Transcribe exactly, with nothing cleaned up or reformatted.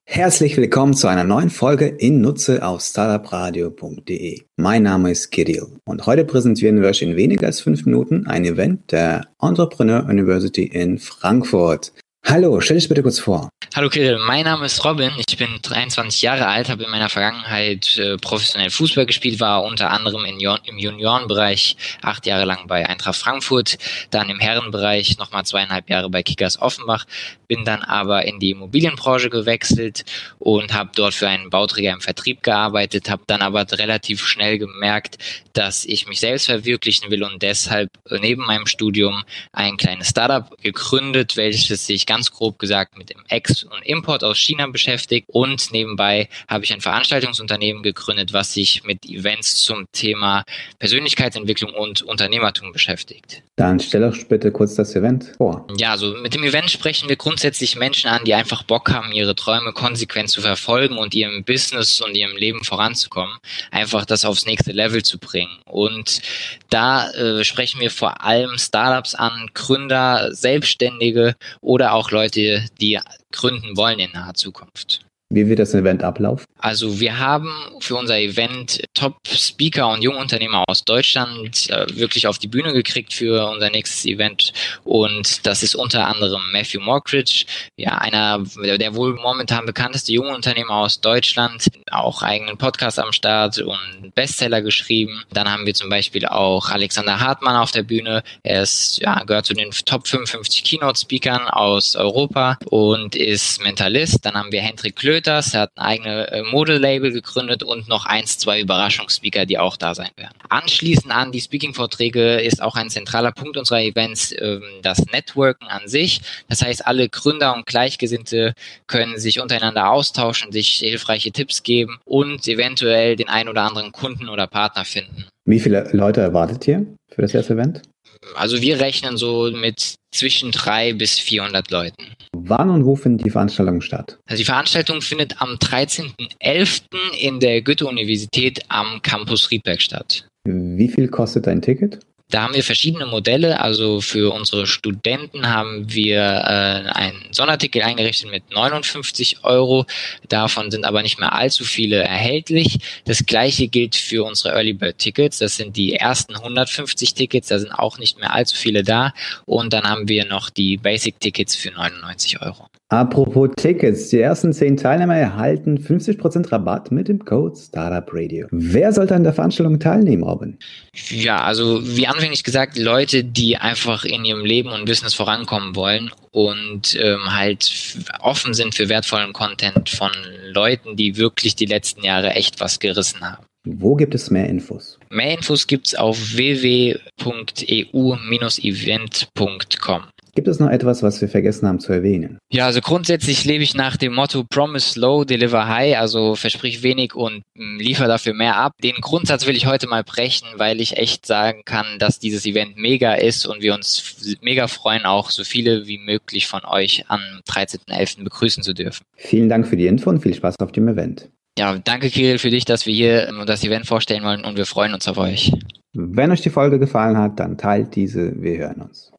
Herzlich willkommen zu einer neuen Folge in Nutze auf startupradio punkt de. Mein Name ist Kirill und heute präsentieren wir euch in weniger als fünf Minuten ein Event der Entrepreneur University in Frankfurt. Hallo, stell dich bitte kurz vor. Hallo Kirill, mein Name ist Robin, ich bin dreiundzwanzig Jahre alt, habe in meiner Vergangenheit äh, professionell Fußball gespielt, war unter anderem in, im Juniorenbereich acht Jahre lang bei Eintracht Frankfurt, dann im Herrenbereich nochmal zweieinhalb Jahre bei Kickers Offenbach, bin dann aber in die Immobilienbranche gewechselt und habe dort für einen Bauträger im Vertrieb gearbeitet, habe dann aber relativ schnell gemerkt, dass ich mich selbst verwirklichen will und deshalb neben meinem Studium ein kleines Startup gegründet, welches sich ganz grob gesagt mit dem Ex- und Import aus China beschäftigt, und nebenbei habe ich ein Veranstaltungsunternehmen gegründet, was sich mit Events zum Thema Persönlichkeitsentwicklung und Unternehmertum beschäftigt. Dann stell doch bitte kurz das Event vor. Ja, also mit dem Event sprechen wir grundsätzlich Menschen an, die einfach Bock haben, ihre Träume konsequent zu verfolgen und ihrem Business und ihrem Leben voranzukommen, einfach das aufs nächste Level zu bringen. Und da äh, sprechen wir vor allem Startups an, Gründer, Selbstständige oder auch Leute, die gründen wollen in naher Zukunft. Wie wird das Event ablaufen? Also wir haben für unser Event Top-Speaker und Jungunternehmer aus Deutschland äh, wirklich auf die Bühne gekriegt für unser nächstes Event, und das ist unter anderem Matthew Mockridge, ja, einer der wohl momentan bekannteste Jungunternehmer aus Deutschland, auch eigenen Podcast am Start und Bestseller geschrieben. Dann haben wir zum Beispiel auch Alexander Hartmann auf der Bühne, er ist, ja, gehört zu den Top fünfundfünfzig Keynote-Speakern aus Europa und ist Mentalist. Dann haben wir Hendrik Klöters, er hat ein eigenes äh, Modelabel gegründet, und noch eins, zwei Überraschungsspeaker, die auch da sein werden. Anschließend an die Speaking-Vorträge ist auch ein zentraler Punkt unserer Events ähm, das Networken an sich. Das heißt, alle Gründer und Gleichgesinnte können sich untereinander austauschen, sich hilfreiche Tipps geben und eventuell den einen oder anderen Kunden oder Partner finden. Wie viele Leute erwartet ihr für das erste Event? Also wir rechnen so mit zwischen dreihundert bis vierhundert Leuten. Wann und wo findet die Veranstaltung statt? Also die Veranstaltung findet am dreizehnten elften in der Goethe-Universität am Campus Riedberg statt. Wie viel kostet ein Ticket? Da haben wir verschiedene Modelle. Also für unsere Studenten haben wir äh, ein Sonderticket eingerichtet mit neunundfünfzig Euro. Davon sind aber nicht mehr allzu viele erhältlich. Das gleiche gilt für unsere Early Bird Tickets. Das sind die ersten hundertfünfzig Tickets. Da sind auch nicht mehr allzu viele da. Und dann haben wir noch die Basic Tickets für neunundneunzig Euro. Apropos Tickets, die ersten zehn Teilnehmer erhalten fünfzig Prozent Rabatt mit dem Code StartupRadio. Wer sollte an der Veranstaltung teilnehmen, Robin? Ja, also wie anfänglich gesagt, Leute, die einfach in ihrem Leben und Business vorankommen wollen und ähm, halt offen sind für wertvollen Content von Leuten, die wirklich die letzten Jahre echt was gerissen haben. Wo gibt es mehr Infos? Mehr Infos gibt's auf w w w punkt e u dash event punkt com. Gibt es noch etwas, was wir vergessen haben zu erwähnen? Ja, also grundsätzlich lebe ich nach dem Motto Promise Low, Deliver High, also versprich wenig und mh, liefer dafür mehr ab. Den Grundsatz will ich heute mal brechen, weil ich echt sagen kann, dass dieses Event mega ist und wir uns mega freuen, auch so viele wie möglich von euch am dreizehnten elften begrüßen zu dürfen. Vielen Dank für die Info und viel Spaß auf dem Event. Ja, danke Kirill für dich, dass wir hier das Event vorstellen wollen, und wir freuen uns auf euch. Wenn euch die Folge gefallen hat, dann teilt diese. Wir hören uns.